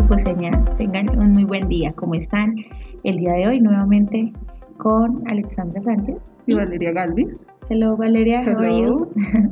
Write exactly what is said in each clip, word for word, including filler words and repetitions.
Suposeña, tengan un muy buen día. ¿Cómo están? El día de hoy nuevamente con Alexandra Sánchez y Valeria Galvis. Hello Valeria, how Hello. are you?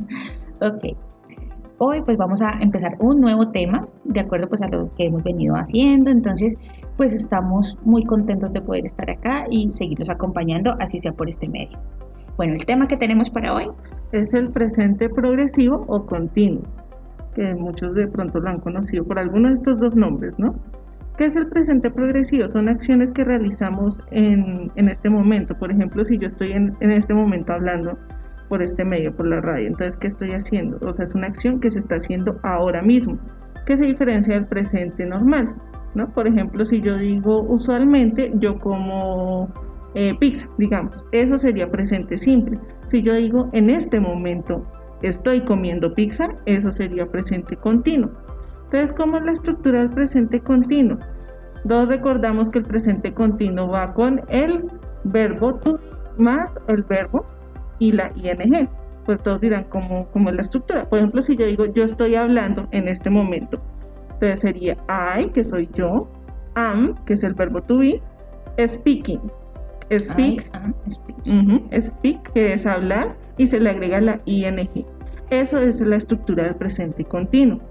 Ok. Hoy pues vamos a empezar un nuevo tema, de acuerdo pues a lo que hemos venido haciendo. Entonces pues estamos muy contentos de poder estar acá y seguirlos acompañando, así sea por este medio. Bueno, el tema que tenemos para hoy es el presente progresivo o continuo, que muchos de pronto lo han conocido por alguno de estos dos nombres, ¿no? ¿Qué es el presente progresivo? Son acciones que realizamos en, en este momento. Por ejemplo, si yo estoy en, en este momento hablando por este medio, por la radio, entonces, ¿qué estoy haciendo? O sea, es una acción que se está haciendo ahora mismo, que se diferencia del presente normal, ¿no? Por ejemplo, si yo digo usualmente, yo como eh, pizza, digamos, eso sería presente simple. Si yo digo en este momento estoy comiendo pizza, eso sería presente continuo. Entonces, ¿cómo es la estructura del presente continuo? Dos, recordamos que el presente continuo va con el verbo to más el verbo y la ing. Pues todos dirán cómo, cómo es la estructura. Por ejemplo, si yo digo yo estoy hablando en este momento, entonces sería I, que soy yo, am, que es el verbo to be, speaking, speak, I am speech. uh-huh, speak, que es hablar, y se le agrega la ing. Eso es la estructura del presente continuo.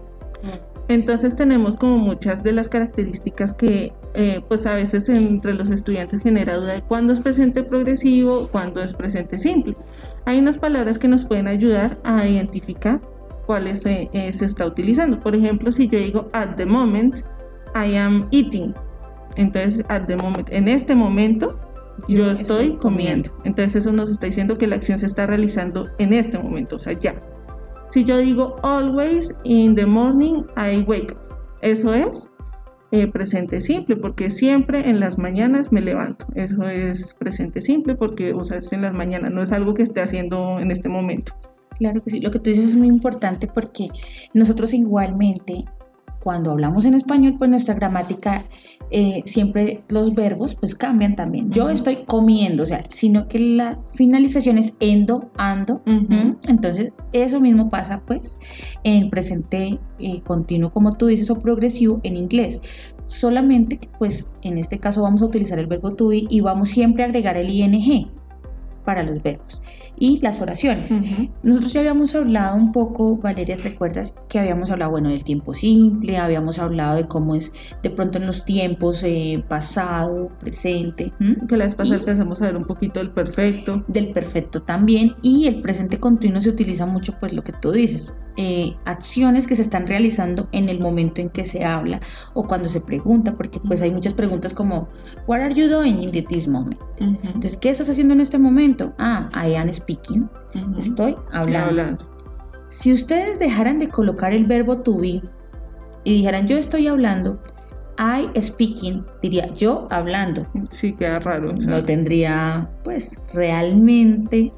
Entonces tenemos como muchas de las características que eh, pues a veces entre los estudiantes genera duda de cuándo es presente progresivo, cuándo es presente simple. Hay unas palabras que nos pueden ayudar a identificar cuáles se, eh, se está utilizando. Por ejemplo, si yo digo at the moment I am eating, entonces at the moment, en este momento yo, yo estoy, estoy comiendo. comiendo. Entonces eso nos está diciendo que la acción se está realizando en este momento, o sea, ya. Si yo digo always in the morning I wake up, eso es eh, presente simple, porque siempre en las mañanas me levanto. Eso es presente simple porque, o sea, es en las mañanas, no es algo que esté haciendo en este momento. Claro que sí, lo que tú dices es muy importante porque nosotros igualmente, cuando hablamos en español, pues nuestra gramática, eh, siempre los verbos pues cambian también. Yo uh-huh. estoy comiendo, o sea, sino que la finalización es endo, ando. Uh-huh. Entonces, eso mismo pasa pues en presente eh, continuo, como tú dices, o progresivo en inglés. Solamente que pues en este caso vamos a utilizar el verbo to be y vamos siempre a agregar el ing para los verbos y las oraciones. Uh-huh. Nosotros ya habíamos hablado un poco, Valeria, ¿recuerdas? Que habíamos hablado, bueno, del tiempo simple, habíamos hablado de cómo es de pronto en los tiempos eh, pasado, presente. ¿Mm? Que la vez pasada alcanzamos a ver un poquito del perfecto. Del perfecto también, y el presente continuo se utiliza mucho, pues lo que tú dices, eh, acciones que se están realizando en el momento en que se habla o cuando se pregunta, porque pues hay muchas preguntas como what are you doing in this moment? Uh-huh. Entonces, ¿qué estás haciendo en este momento? Ah, I am speaking. Uh-huh. Estoy hablando. hablando. Si ustedes dejaran de colocar el verbo to be y dijeran yo estoy hablando, I speaking, diría yo hablando. Sí, queda raro. O sea. No tendría, pues, realmente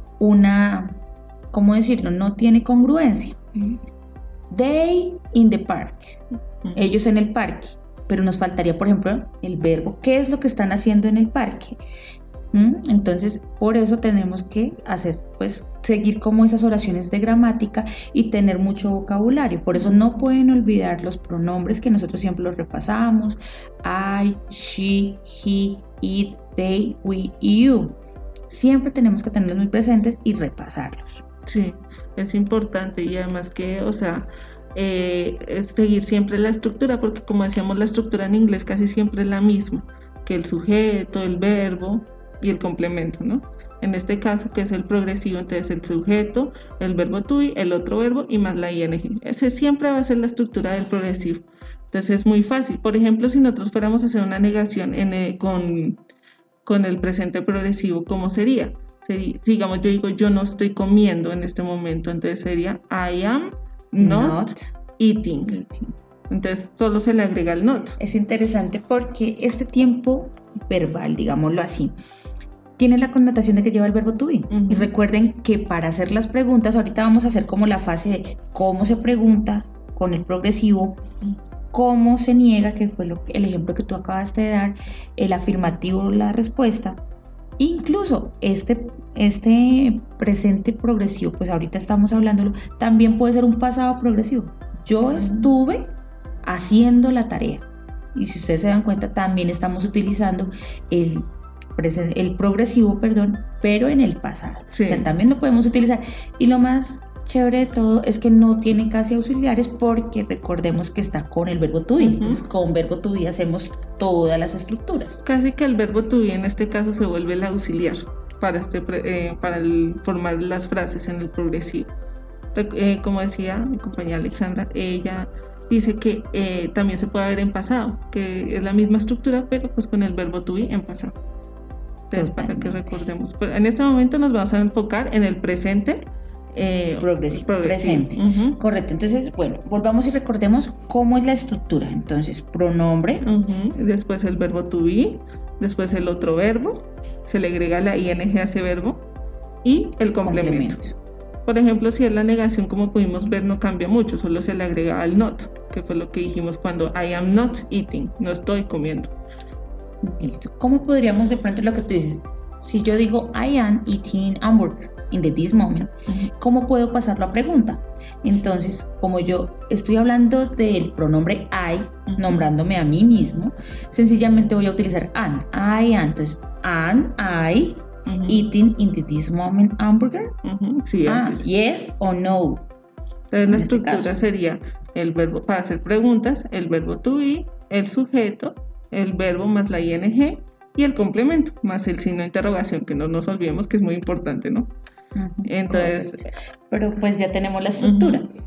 una, ¿cómo decirlo? No tiene congruencia. Uh-huh. They in the park. Uh-huh. Ellos en el parque. Pero nos faltaría, por ejemplo, el verbo. ¿Qué es lo que están haciendo en el parque? ¿Mm? Entonces, por eso tenemos que hacer, pues, seguir como esas oraciones de gramática y tener mucho vocabulario. Por eso no pueden olvidar los pronombres que nosotros siempre los repasamos. I, she, he, it, they, we y you. Siempre tenemos que tenerlos muy presentes y repasarlos. Sí, es importante y además que, o sea, eh, es seguir siempre la estructura, porque como decíamos, la estructura en inglés casi siempre es la misma, que el sujeto, el verbo y el complemento, ¿no? En este caso, que es el progresivo, entonces el sujeto, el verbo to be, el otro verbo y más la ing. Ese siempre va a ser la estructura del progresivo. Entonces es muy fácil. Por ejemplo, si nosotros fuéramos a hacer una negación en el, con, con el presente progresivo, ¿cómo sería? Sería, digamos, yo digo, yo no estoy comiendo en este momento, entonces sería I am not, not eating. eating. Entonces solo se le agrega el not. Es interesante porque este tiempo verbal, digámoslo así, tiene la connotación de que lleva el verbo to be. Uh-huh. Y recuerden que para hacer las preguntas, ahorita vamos a hacer como la fase de cómo se pregunta con el progresivo, cómo se niega, que fue lo, el ejemplo que tú acabaste de dar, el afirmativo, la respuesta. Incluso este, este presente progresivo, pues ahorita estamos hablándolo, también puede ser un pasado progresivo. Yo uh-huh. estuve haciendo la tarea. Y si ustedes se dan cuenta, también estamos utilizando el, el progresivo, perdón, pero en el pasado. Sí. O sea, también lo podemos utilizar. Y lo más chévere de todo es que no tiene casi auxiliares, porque recordemos que está con el verbo to be. Uh-huh. Entonces, con verbo to be hacemos todas las estructuras. Casi que el verbo to be en este caso se vuelve el auxiliar para, este, eh, para el, formar las frases en el progresivo. Eh, como decía mi compañera Alexandra, ella dice que eh, también se puede ver en pasado, que es la misma estructura, pero pues con el verbo to be en pasado. Entonces, totalmente, para que recordemos. Pero en este momento nos vamos a enfocar en el presente eh, progresivo, progresivo. Presente. Uh-huh. Correcto. Entonces, bueno, volvamos y recordemos cómo es la estructura. Entonces, pronombre. Uh-huh. Después el verbo to be, después el otro verbo, se le agrega la ing a ese verbo y el complemento. complemento. Por ejemplo, si es la negación, como pudimos ver, no cambia mucho, solo se le agrega al not, que fue lo que dijimos cuando I am not eating, no estoy comiendo. Listo. ¿Cómo podríamos de pronto lo que tú dices? Si yo digo I am eating hamburger in the this moment, uh-huh. ¿cómo puedo pasarlo a pregunta? Entonces, como yo estoy hablando del pronombre I, uh-huh. nombrándome a mí mismo, sencillamente voy a utilizar am. I am. Entonces, am I Uh-huh. eating in the this moment hamburger? Uh-huh. Sí, ah, así es. Yes o no. Entonces la estructura este sería el verbo para hacer preguntas, el verbo to be, el sujeto, el verbo más la ing y el complemento más el signo de interrogación, que no nos olvidemos que es muy importante, ¿no? Uh-huh. Entonces, correcto. Pero pues ya tenemos la estructura. Uh-huh.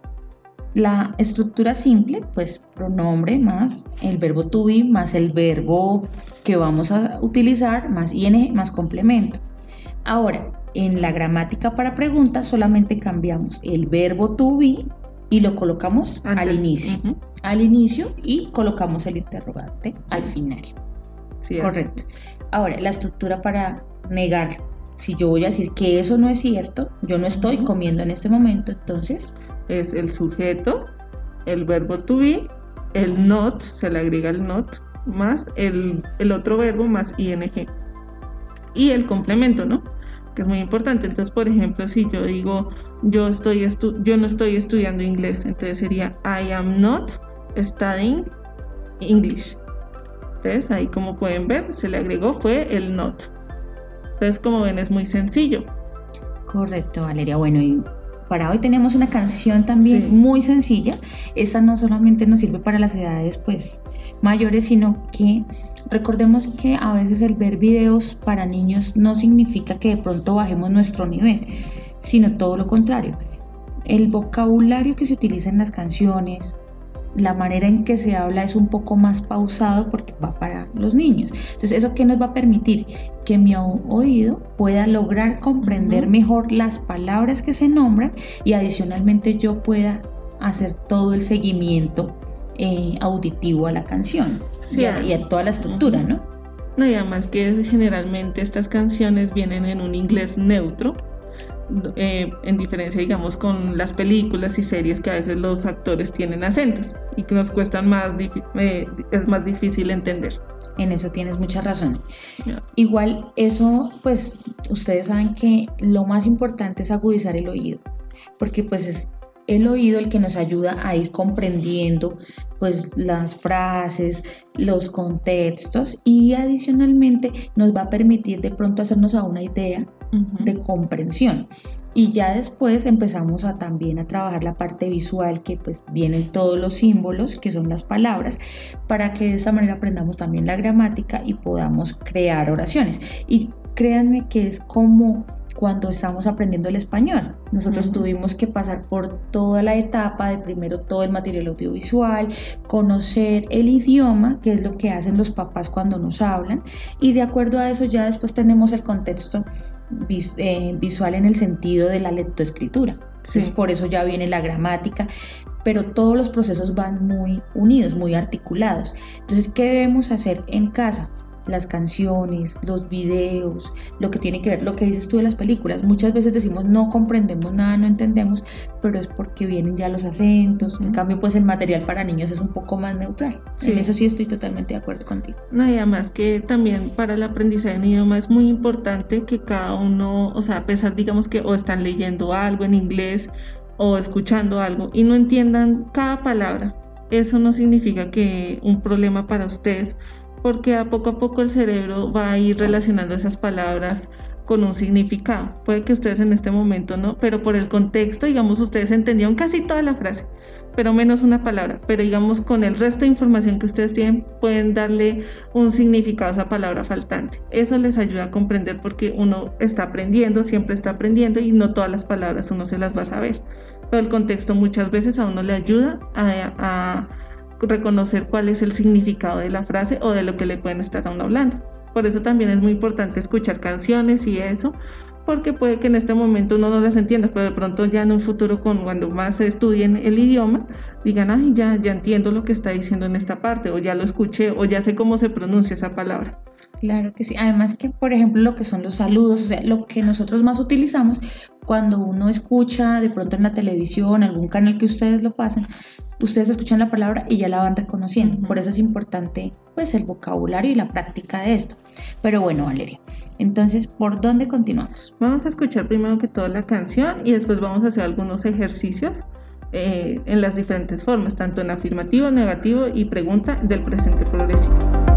La estructura simple, pues pronombre más el verbo to be más el verbo que vamos a utilizar más ing más complemento. Ahora, en la gramática para preguntas solamente cambiamos el verbo to be y lo colocamos Antes. al inicio. Uh-huh. Al inicio y colocamos el interrogante sí. al final. Sí, correcto. Así. Ahora, la estructura para negar. Si yo voy a decir que eso no es cierto, yo no estoy uh-huh. comiendo en este momento, entonces es el sujeto, el verbo to be, el not, se le agrega el not, más el, el otro verbo más ing. Y el complemento, ¿no? Que es muy importante. Entonces, por ejemplo, si yo digo, yo, estoy estu- yo no estoy estudiando inglés, entonces sería I am not studying English. Entonces, ahí como pueden ver, se le agregó fue el not. Entonces, como ven, es muy sencillo. Correcto, Valeria. Bueno, y para hoy tenemos una canción también sí. muy sencilla. Esta no solamente nos sirve para las edades pues mayores, sino que recordemos que a veces el ver videos para niños no significa que de pronto bajemos nuestro nivel, sino todo lo contrario. El vocabulario que se utiliza en las canciones, la manera en que se habla es un poco más pausado porque va para los niños. Entonces, ¿eso qué nos va a permitir? Que mi oído pueda lograr comprender uh-huh. mejor las palabras que se nombran y adicionalmente yo pueda hacer todo el seguimiento eh, auditivo a la canción sí, y, a, y a toda la estructura, uh-huh. ¿no? No, y además que generalmente estas canciones vienen en un inglés neutro. Eh, en diferencia, digamos, con las películas y series que a veces los actores tienen acentos y que nos cuestan más, eh, es más difícil entender. En eso tienes mucha razón. Yeah. Igual eso, pues, ustedes saben que lo más importante es agudizar el oído, porque pues es el oído el que nos ayuda a ir comprendiendo pues las frases, los contextos y adicionalmente nos va a permitir de pronto hacernos a una idea uh-huh. de comprensión. Y ya después empezamos a también a trabajar la parte visual, que pues vienen todos los símbolos, que son las palabras, para que de esta manera aprendamos también la gramática y podamos crear oraciones. Y créanme que es como cuando estamos aprendiendo el español. Nosotros uh-huh. tuvimos que pasar por toda la etapa de primero todo el material audiovisual, conocer el idioma, que es lo que hacen los papás cuando nos hablan, y de acuerdo a eso ya después tenemos el contexto vis- eh, visual en el sentido de la lectoescritura. Entonces, sí. por eso ya viene la gramática, pero todos los procesos van muy unidos, muy articulados. Entonces, ¿qué debemos hacer en casa? Las canciones, los videos, lo que tiene que ver, lo que dices tú de las películas. Muchas veces decimos no comprendemos nada, no entendemos, pero es porque vienen ya los acentos. En cambio, pues el material para niños es un poco más neutral. Sí. En eso sí estoy totalmente de acuerdo contigo. No, y además que también para el aprendizaje en idioma es muy importante que cada uno, o sea, a pesar, digamos que o están leyendo algo en inglés o escuchando algo y no entiendan cada palabra, eso no significa que un problema para ustedes, porque a poco a poco el cerebro va a ir relacionando esas palabras con un significado. Puede que ustedes en este momento no, pero por el contexto, digamos, ustedes entendieron casi toda la frase, pero menos una palabra, pero digamos con el resto de información que ustedes tienen pueden darle un significado a esa palabra faltante. Eso les ayuda a comprender, porque uno está aprendiendo, siempre está aprendiendo y no todas las palabras uno se las va a saber, pero el contexto muchas veces a uno le ayuda a, a reconocer cuál es el significado de la frase o de lo que le pueden estar a uno hablando. Por eso también es muy importante escuchar canciones y eso, porque puede que en este momento uno no las entienda, pero de pronto ya en un futuro, con, cuando más estudien el idioma, digan, ay, ya, ya entiendo lo que está diciendo en esta parte, o ya lo escuché, o ya sé cómo se pronuncia esa palabra. Claro que sí. Además que, por ejemplo, lo que son los saludos, o sea, lo que nosotros más utilizamos cuando uno escucha de pronto en la televisión, algún canal que ustedes lo pasen, ustedes escuchan la palabra y ya la van reconociendo. Uh-huh. Por eso es importante, pues, el vocabulario y la práctica de esto. Pero bueno, Valeria, entonces, ¿por dónde continuamos? Vamos a escuchar primero que todo la canción y después vamos a hacer algunos ejercicios eh, en las diferentes formas, tanto en afirmativo, negativo y pregunta del presente progresivo.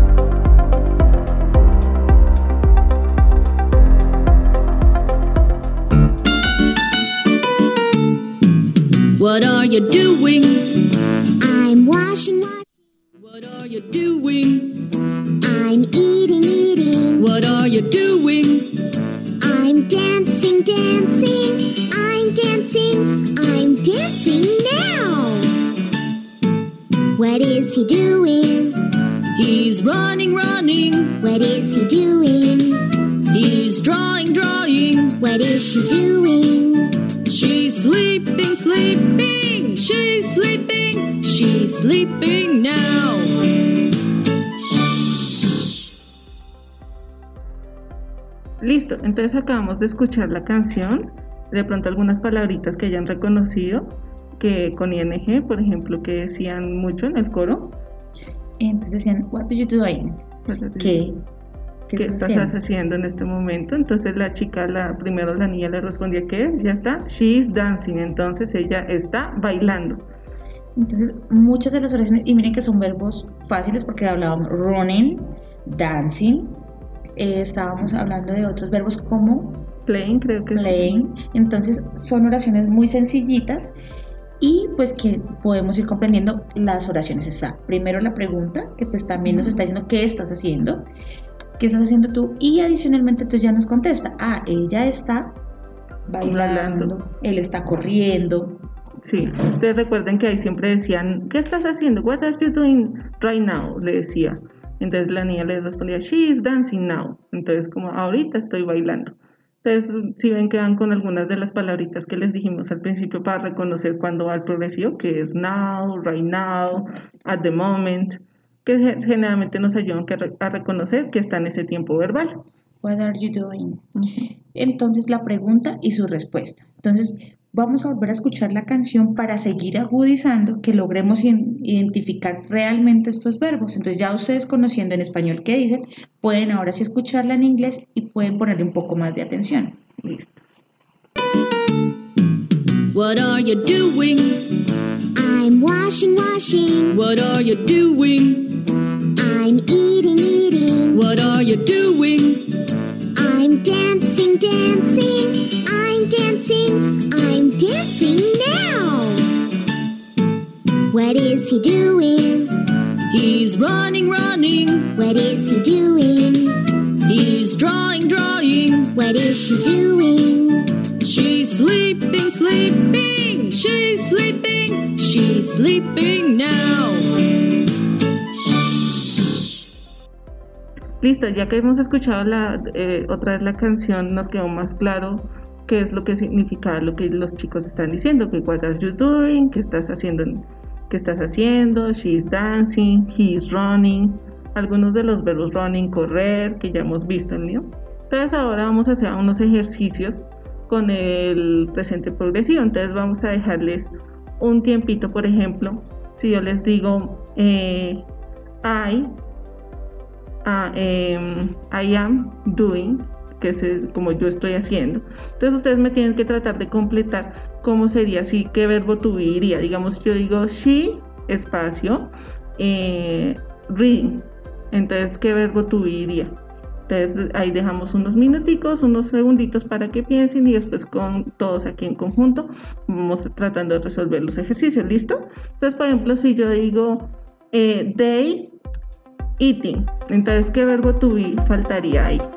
What are you doing? I'm washing, washing. What are you doing? I'm eating, eating. What are you doing? I'm dancing, dancing. I'm dancing, I'm dancing now. What is he doing? He's running, running. What is he doing? He's drawing, drawing. What is she doing? She's sleeping, sleeping. She's sleeping. She's sleeping now. Listo, entonces acabamos de escuchar la canción. De pronto algunas palabritas que hayan reconocido, que con ing, por ejemplo, que decían mucho en el coro. Entonces decían, what are you doing? ¿Qué? ¿Qué, ¿Qué estás haciendo? haciendo en este momento? Entonces la chica, la primero la niña le respondía que ya está, she's dancing, entonces ella está bailando. Entonces muchas de las oraciones, y miren que son verbos fáciles porque hablábamos running, dancing, eh, estábamos hablando de otros verbos como playing, creo que playing, sí. Entonces son oraciones muy sencillitas y pues que podemos ir comprendiendo las oraciones. Está primero la pregunta, que pues también nos está diciendo qué estás haciendo. ¿Qué estás haciendo tú? Y adicionalmente entonces ya nos contesta, ah, ella está bailando, bailando. Él está corriendo. Sí, ustedes recuerden que ahí siempre decían, ¿qué estás haciendo? What are you doing right now? Le decía. Entonces la niña le respondía, she is dancing now. Entonces como ahorita estoy bailando. Entonces si ven que van con algunas de las palabritas que les dijimos al principio para reconocer cuándo va el progresivo, que es now, right now, at the moment, que generalmente nos ayudan a reconocer que está en ese tiempo verbal. What are you doing? Uh-huh. Entonces la pregunta y su respuesta. Entonces vamos a volver a escuchar la canción para seguir agudizando que logremos identificar realmente estos verbos. Entonces ya ustedes conociendo en español qué dicen, pueden ahora sí escucharla en inglés y pueden ponerle un poco más de atención. Listo. What are you doing? I'm washing, washing. What are you doing? I'm eating, eating. What are you doing? I'm dancing, dancing. I'm dancing, I'm dancing now. What is he doing? He's running, running. What is he doing? He's drawing, drawing. What is she doing? She's sleeping, sleeping. She's sleeping. She's sleeping now. Listo, ya que hemos escuchado la, eh, otra vez la canción, nos quedó más claro qué es lo que significa lo que los chicos están diciendo, que what are you doing, qué estás haciendo, qué estás haciendo, she's dancing, he's running, algunos de los verbos running, correr, que ya hemos visto, ¿no? Entonces ahora vamos a hacer unos ejercicios con el presente progresivo. Entonces vamos a dejarles un tiempito, por ejemplo, si yo les digo eh, I Uh, um, I am doing, que es el, como yo estoy haciendo. Entonces ustedes me tienen que tratar de completar cómo sería así, qué verbo tuviera. Digamos, yo digo she espacio, eh, reading. Entonces, ¿qué verbo to be iría? Entonces, ahí dejamos unos minuticos, unos segunditos para que piensen y después con todos aquí en conjunto vamos tratando de resolver los ejercicios, ¿listo? Entonces, por ejemplo, si yo digo eh, they eating, entonces, ¿qué verbo to be faltaría ahí?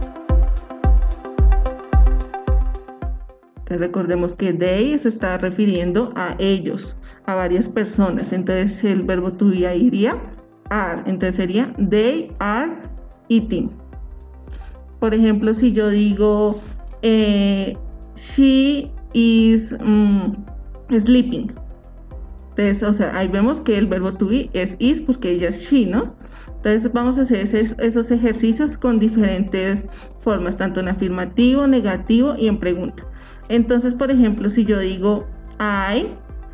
Entonces, recordemos que they se está refiriendo a ellos, a varias personas, entonces el verbo to be ahí iría are, entonces sería they are eating. Por ejemplo, si yo digo eh, she is um, sleeping, entonces, o sea, ahí vemos que el verbo to be es is porque ella es she, ¿no? Entonces vamos a hacer ese, esos ejercicios con diferentes formas, tanto en afirmativo, negativo y en pregunta. Entonces, por ejemplo, si yo digo I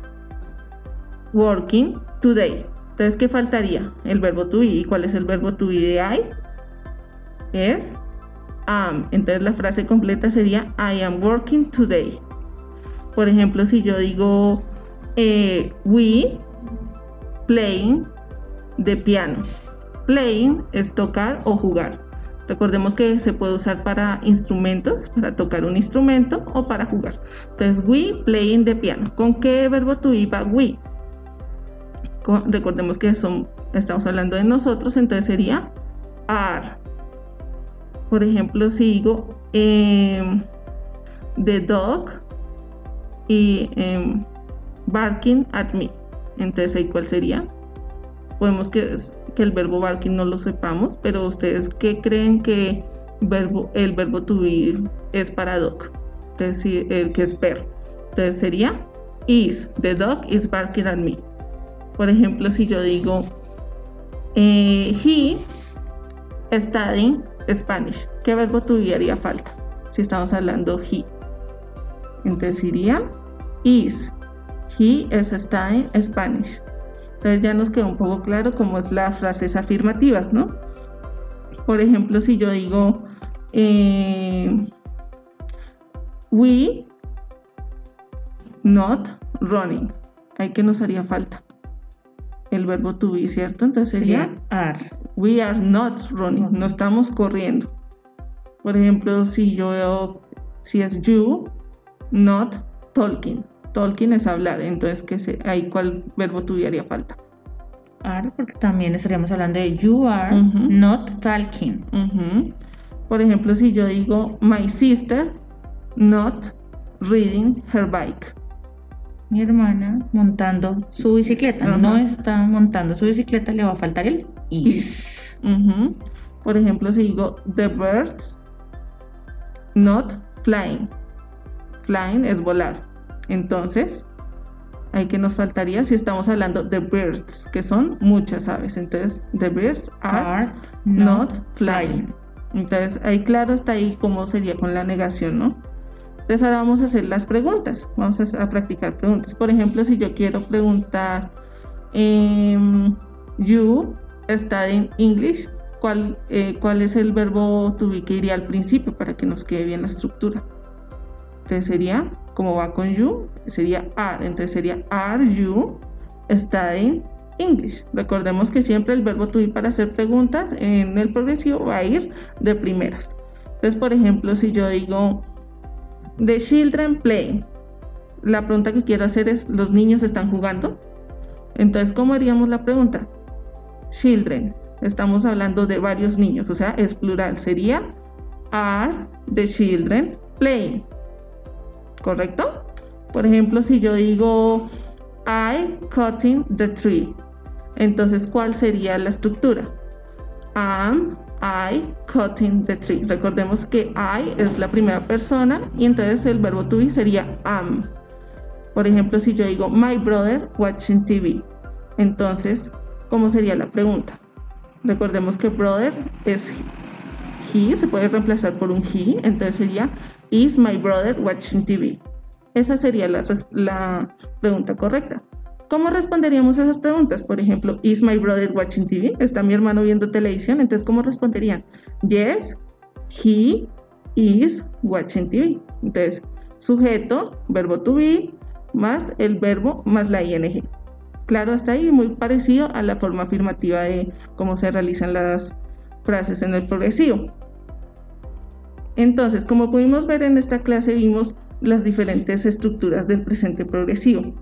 working today, entonces, ¿qué faltaría? El verbo to be. ¿Y cuál es el verbo to be de I? Es am. Entonces, la frase completa sería I am working today. Por ejemplo, si yo digo eh, we playing the piano. Playing es tocar o jugar. Recordemos que se puede usar para instrumentos, para tocar un instrumento o para jugar. Entonces, we playing the piano. ¿Con qué verbo to be va we? Con, recordemos que son, estamos hablando de nosotros, entonces sería are. Por ejemplo, si digo eh, the dog y eh, barking at me, entonces ahí cuál sería. Podemos que, que el verbo barking no lo sepamos, pero ustedes ¿qué creen que verbo, el verbo to be es para dog? Entonces sí, el que es perro, entonces sería is, the dog is barking at me. Por ejemplo, si yo digo eh, he studying Spanish, ¿qué verbo to be haría falta? Si estamos hablando he, entonces iría is, he is studying Spanish. Entonces ya nos quedó un poco claro cómo es las frases afirmativas, ¿no? Por ejemplo, si yo digo eh, we not running, ¿ahí qué nos haría falta? El verbo to be, ¿cierto? Entonces sería, sería are. We are not running, no estamos corriendo. Por ejemplo, si yo, si es you not talking, talking es hablar, entonces ¿qué se, ahí cuál verbo to be haría falta? Are, porque también estaríamos hablando de you are uh-huh. not talking. Uh-huh. Por ejemplo, si yo digo my sister not riding her bike, mi hermana montando su bicicleta, uh-huh. no está montando su bicicleta, le va a faltar el is. Uh-huh. Por ejemplo, si digo the birds not flying, flying es volar, entonces ahí que nos faltaría si estamos hablando de birds, que son muchas aves, entonces the birds are, are not, not flying. flying. Entonces ahí claro está ahí cómo sería con la negación, ¿no? Entonces ahora vamos a hacer las preguntas, vamos a, a practicar preguntas. Por ejemplo, si yo quiero preguntar um, you studying English, ¿cuál, eh, ¿cuál es el verbo to be que iría al principio para que nos quede bien la estructura? Entonces sería, como va con you, sería are, entonces sería are you studying English. Recordemos que siempre el verbo to be para hacer preguntas en el progresivo va a ir de primeras. Entonces, por ejemplo, si yo digo the children play, la pregunta que quiero hacer es ¿los niños están jugando? Entonces, ¿cómo haríamos la pregunta? Children, estamos hablando de varios niños, o sea, es plural, sería are the children playing, ¿correcto? Por ejemplo, si yo digo I cutting the tree, entonces ¿cuál sería la estructura? Am I cutting the tree. Recordemos que I es la primera persona y entonces el verbo to be sería am. Por ejemplo, si yo digo my brother watching T V, entonces ¿cómo sería la pregunta? Recordemos que brother es he, se puede reemplazar por un he, entonces sería is my brother watching T V. Esa sería la, la pregunta correcta. ¿Cómo responderíamos a esas preguntas? Por ejemplo, is my brother watching T V? ¿Está mi hermano viendo televisión? Entonces, ¿cómo responderían? Yes, he is watching T V. Entonces, sujeto, verbo to be, más el verbo, más la ing. claro hasta ahí, muy parecido a la forma afirmativa de cómo se realizan las frases en el progresivo. Entonces, como pudimos ver en esta clase, vimos las diferentes estructuras del presente progresivo.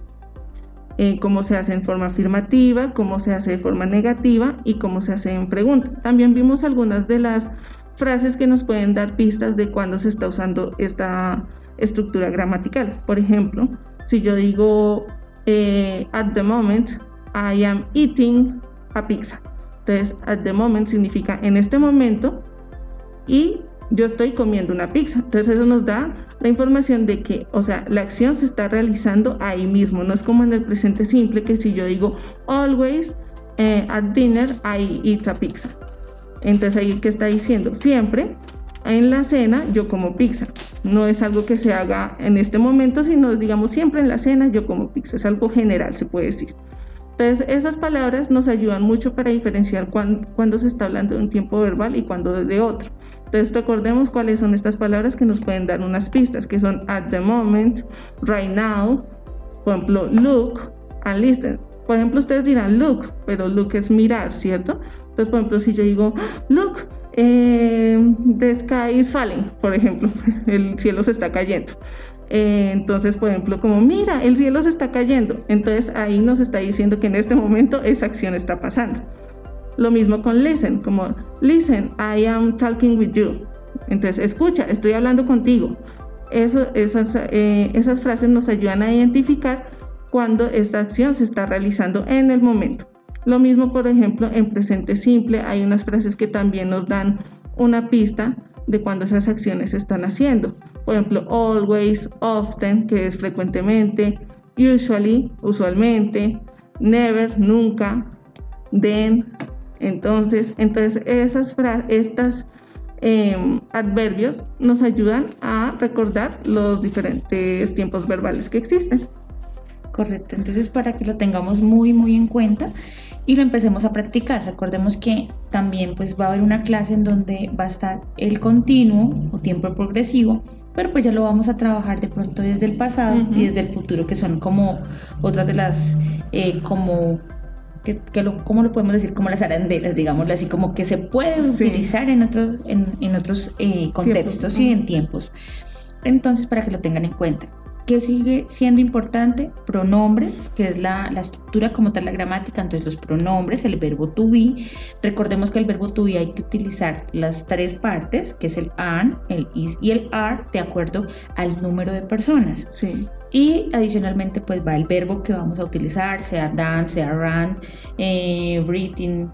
Eh, cómo se hace en forma afirmativa, cómo se hace de forma negativa y cómo se hace en pregunta. También vimos algunas de las frases que nos pueden dar pistas de cuándo se está usando esta estructura gramatical. Por ejemplo, si yo digo eh, at the moment I am eating a pizza. Entonces, at the moment significa en este momento y yo estoy comiendo una pizza. Entonces eso nos da la información de que, o sea, la acción se está realizando ahí mismo. No es como en el presente simple que si yo digo always eh, at dinner I eat a pizza. Entonces ahí ¿qué está diciendo? Siempre en la cena yo como pizza. No es algo que se haga en este momento, sino digamos siempre en la cena yo como pizza. Es algo general, se puede decir. Entonces esas palabras nos ayudan mucho para diferenciar cuando, cuando se está hablando de un tiempo verbal y cuando de otro. Entonces recordemos cuáles son estas palabras que nos pueden dar unas pistas, que son at the moment, right now, por ejemplo, look and listen. Por ejemplo, ustedes dirán look, pero look es mirar, ¿cierto? Entonces, por ejemplo, si yo digo look, eh, the sky is falling, por ejemplo, el cielo se está cayendo. Eh, entonces, por ejemplo, como mira, el cielo se está cayendo. Entonces ahí nos está diciendo que en este momento esa acción está pasando. Lo mismo con listen, como listen, I am talking with you. Entonces, escucha, estoy hablando contigo. Eso, esas, eh, esas frases nos ayudan a identificar cuando esta acción se está realizando en el momento. Lo mismo, por ejemplo, en presente simple, hay unas frases que también nos dan una pista de cuando esas acciones se están haciendo. Por ejemplo, always, often, que es frecuentemente, usually, usualmente, never, nunca, then. Entonces, entonces esas fra- estas eh, adverbios nos ayudan a recordar los diferentes tiempos verbales que existen. Correcto, entonces para que lo tengamos muy muy en cuenta y lo empecemos a practicar. Recordemos que también pues va a haber una clase en donde va a estar el continuo o tiempo progresivo, pero pues ya lo vamos a trabajar de pronto desde el pasado uh-huh. y desde el futuro, que son como otras de las eh, como que, que lo, ¿cómo lo podemos decir? Como las arandelas, digámoslo así, como que se pueden sí. utilizar en otros, en, en otros eh, contextos tiempos. y en tiempos. Entonces, para que lo tengan en cuenta. ¿Qué sigue siendo importante? Pronombres, que es la, la estructura como tal, la gramática. Entonces los pronombres, el verbo to be. Recordemos que el verbo to be hay que utilizar las tres partes, que es el an, el is y el are, de acuerdo al número de personas. Sí. Y adicionalmente pues va el verbo que vamos a utilizar, sea dance, sea run, eh, breathing,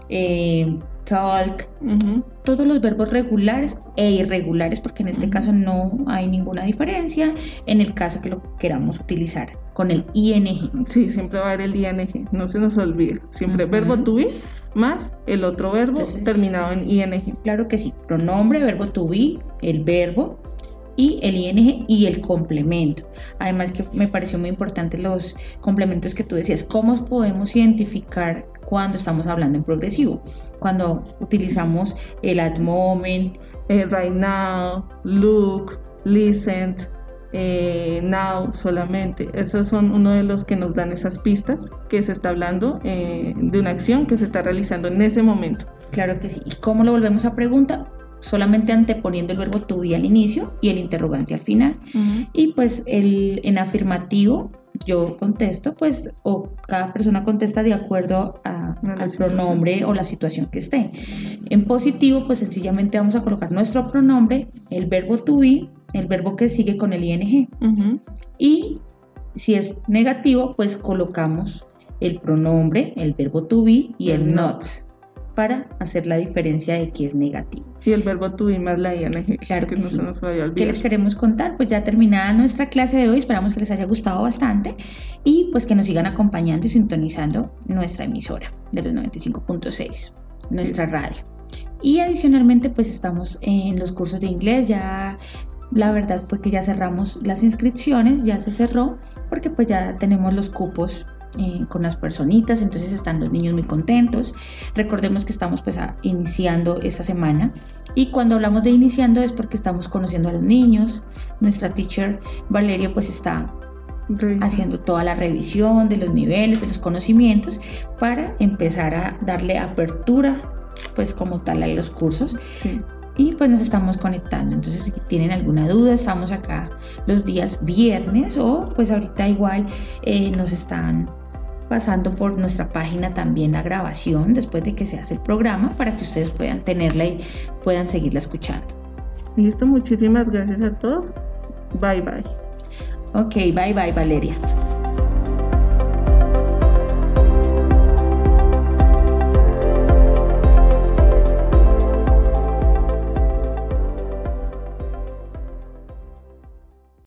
eh, talk, uh-huh. todos los verbos regulares e irregulares, porque en este uh-huh. caso no hay ninguna diferencia en el caso que lo queramos utilizar con el ing. Sí, siempre va a haber el ing, no se nos olvide, siempre uh-huh. verbo to be más el otro verbo Entonces, terminado en ing. Claro que sí, pronombre, verbo to be, el verbo y el ing y el complemento. Además que me pareció muy importante los complementos que tú decías. ¿Cómo podemos identificar cuando estamos hablando en progresivo? Cuando utilizamos el at moment, eh, right now, look, listen, eh, now solamente. Esos son uno de los que nos dan esas pistas que se está hablando eh, de una acción que se está realizando en ese momento. Claro que sí. ¿Y cómo lo volvemos a preguntar? Solamente anteponiendo el verbo to be al inicio y el interrogante al final. Uh-huh. Y pues el, en afirmativo yo contesto, pues, o cada persona contesta de acuerdo a, al pronombre o la situación que esté. En positivo, pues sencillamente vamos a colocar nuestro pronombre, el verbo to be, el verbo que sigue con el ing. Uh-huh. Y si es negativo, pues colocamos el pronombre, el verbo to be y el, el not, para hacer la diferencia de que es negativo. Y el verbo to be más la ing. Claro que, que no sí. se nos vaya a olvidar. ¿Qué les queremos contar? Pues ya terminada nuestra clase de hoy, esperamos que les haya gustado bastante y pues que nos sigan acompañando y sintonizando nuestra emisora de los noventa y cinco punto seis, nuestra sí. radio. Y adicionalmente pues estamos en los cursos de inglés, ya la verdad fue que ya cerramos las inscripciones, ya se cerró porque pues ya tenemos los cupos Eh, con las personitas, entonces están los niños muy contentos. Recordemos que estamos pues a, iniciando esta semana y cuando hablamos de iniciando es porque estamos conociendo a los niños. Nuestra teacher Valeria pues está Revisión. haciendo toda la revisión de los niveles, de los conocimientos, para empezar a darle apertura, pues como tal, a los cursos. Sí. Y pues nos estamos conectando. Entonces, si tienen alguna duda, estamos acá los días viernes, o pues ahorita igual eh, nos están pasando por nuestra página también la grabación después de que se hace el programa, para que ustedes puedan tenerla y puedan seguirla escuchando. Listo, muchísimas gracias a todos. Bye bye. Ok, bye bye, Valeria.